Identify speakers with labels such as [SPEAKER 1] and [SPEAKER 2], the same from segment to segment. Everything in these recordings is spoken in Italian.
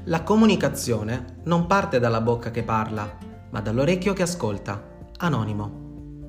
[SPEAKER 1] La comunicazione non parte dalla bocca che parla, ma dall'orecchio che ascolta. Anonimo.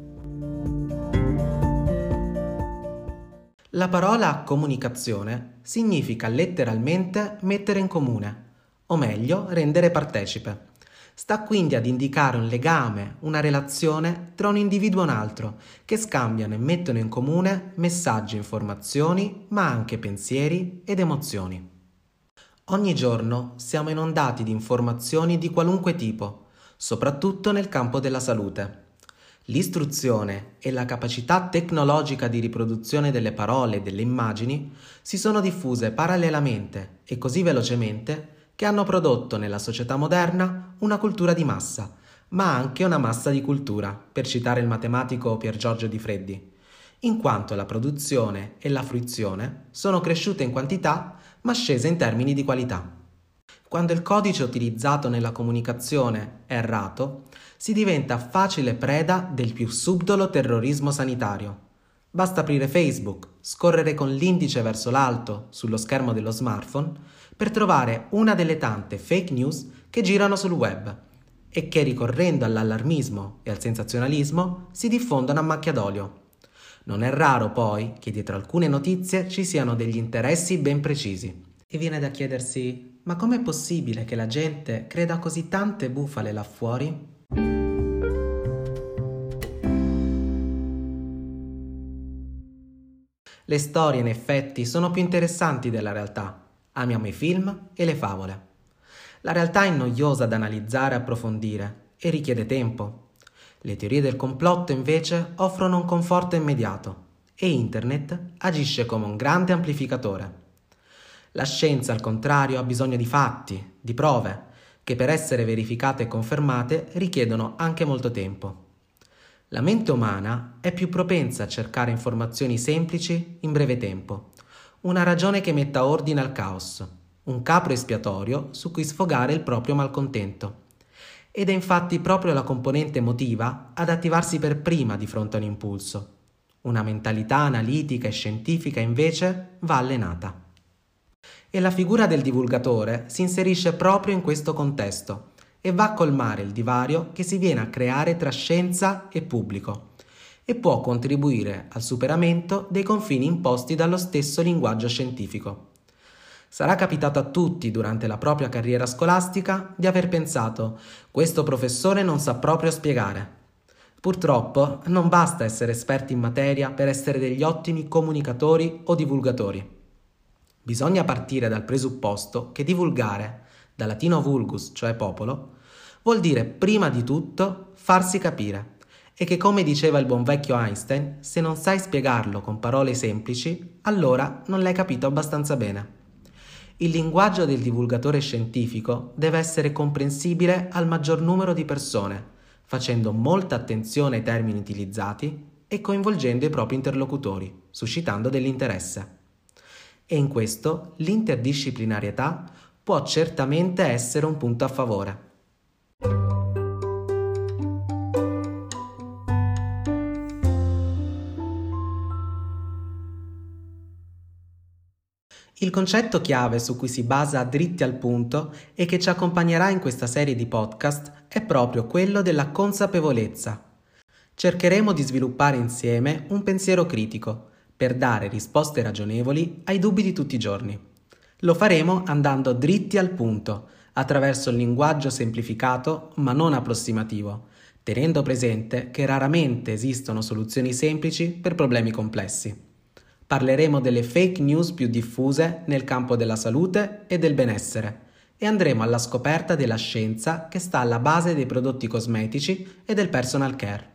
[SPEAKER 1] La parola comunicazione significa letteralmente mettere in comune, o meglio, rendere partecipe. Sta quindi ad indicare un legame, una relazione tra un individuo e un altro, che scambiano e mettono in comune messaggi e informazioni, ma anche pensieri ed emozioni. Ogni giorno siamo inondati di informazioni di qualunque tipo, soprattutto nel campo della salute. L'istruzione e la capacità tecnologica di riproduzione delle parole e delle immagini si sono diffuse parallelamente e così velocemente che hanno prodotto nella società moderna una cultura di massa, ma anche una massa di cultura, per citare il matematico Pier Giorgio Di Freddi, in quanto la produzione e la fruizione sono cresciute in quantità ma scese in termini di qualità. Quando il codice utilizzato nella comunicazione è errato, si diventa facile preda del più subdolo terrorismo sanitario. Basta aprire Facebook, scorrere con l'indice verso l'alto sullo schermo dello smartphone per trovare una delle tante fake news che girano sul web e che, ricorrendo all'allarmismo e al sensazionalismo, si diffondono a macchia d'olio. Non è raro poi che dietro alcune notizie ci siano degli interessi ben precisi. E viene da chiedersi: ma com'è possibile che la gente creda a così tante bufale là fuori? Le storie, in effetti, sono più interessanti della realtà. Amiamo i film e le favole. La realtà è noiosa da analizzare e approfondire e richiede tempo. Le teorie del complotto, invece, offrono un conforto immediato e Internet agisce come un grande amplificatore. La scienza, al contrario, ha bisogno di fatti, di prove, che per essere verificate e confermate richiedono anche molto tempo. La mente umana è più propensa a cercare informazioni semplici in breve tempo, una ragione che metta ordine al caos, un capro espiatorio su cui sfogare il proprio malcontento. Ed è infatti proprio la componente emotiva ad attivarsi per prima di fronte a un impulso. Una mentalità analitica e scientifica invece va allenata. E la figura del divulgatore si inserisce proprio in questo contesto e va a colmare il divario che si viene a creare tra scienza e pubblico e può contribuire al superamento dei confini imposti dallo stesso linguaggio scientifico. Sarà capitato a tutti durante la propria carriera scolastica di aver pensato: questo professore non sa proprio spiegare. Purtroppo non basta essere esperti in materia per essere degli ottimi comunicatori o divulgatori. Bisogna partire dal presupposto che divulgare, da latino vulgus, cioè popolo, vuol dire prima di tutto farsi capire e che, come diceva il buon vecchio Einstein, se non sai spiegarlo con parole semplici, allora non l'hai capito abbastanza bene. Il linguaggio del divulgatore scientifico deve essere comprensibile al maggior numero di persone, facendo molta attenzione ai termini utilizzati e coinvolgendo i propri interlocutori, suscitando dell'interesse. E in questo l'interdisciplinarietà può certamente essere un punto a favore. Il concetto chiave su cui si basa Dritti al punto e che ci accompagnerà in questa serie di podcast è proprio quello della consapevolezza. Cercheremo di sviluppare insieme un pensiero critico per dare risposte ragionevoli ai dubbi di tutti i giorni. Lo faremo andando dritti al punto, attraverso il linguaggio semplificato ma non approssimativo, tenendo presente che raramente esistono soluzioni semplici per problemi complessi. Parleremo delle fake news più diffuse nel campo della salute e del benessere e andremo alla scoperta della scienza che sta alla base dei prodotti cosmetici e del personal care.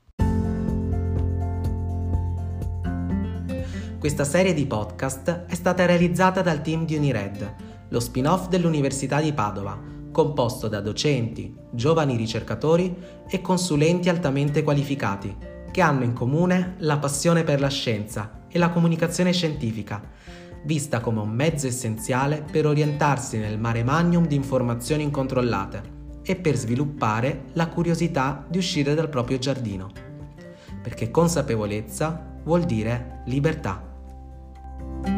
[SPEAKER 1] Questa serie di podcast è stata realizzata dal team di Unired, lo spin-off dell'Università di Padova, composto da docenti, giovani ricercatori e consulenti altamente qualificati, che hanno in comune la passione per la scienza e la comunicazione scientifica, vista come un mezzo essenziale per orientarsi nel mare magnum di informazioni incontrollate e per sviluppare la curiosità di uscire dal proprio giardino. Perché consapevolezza vuol dire libertà.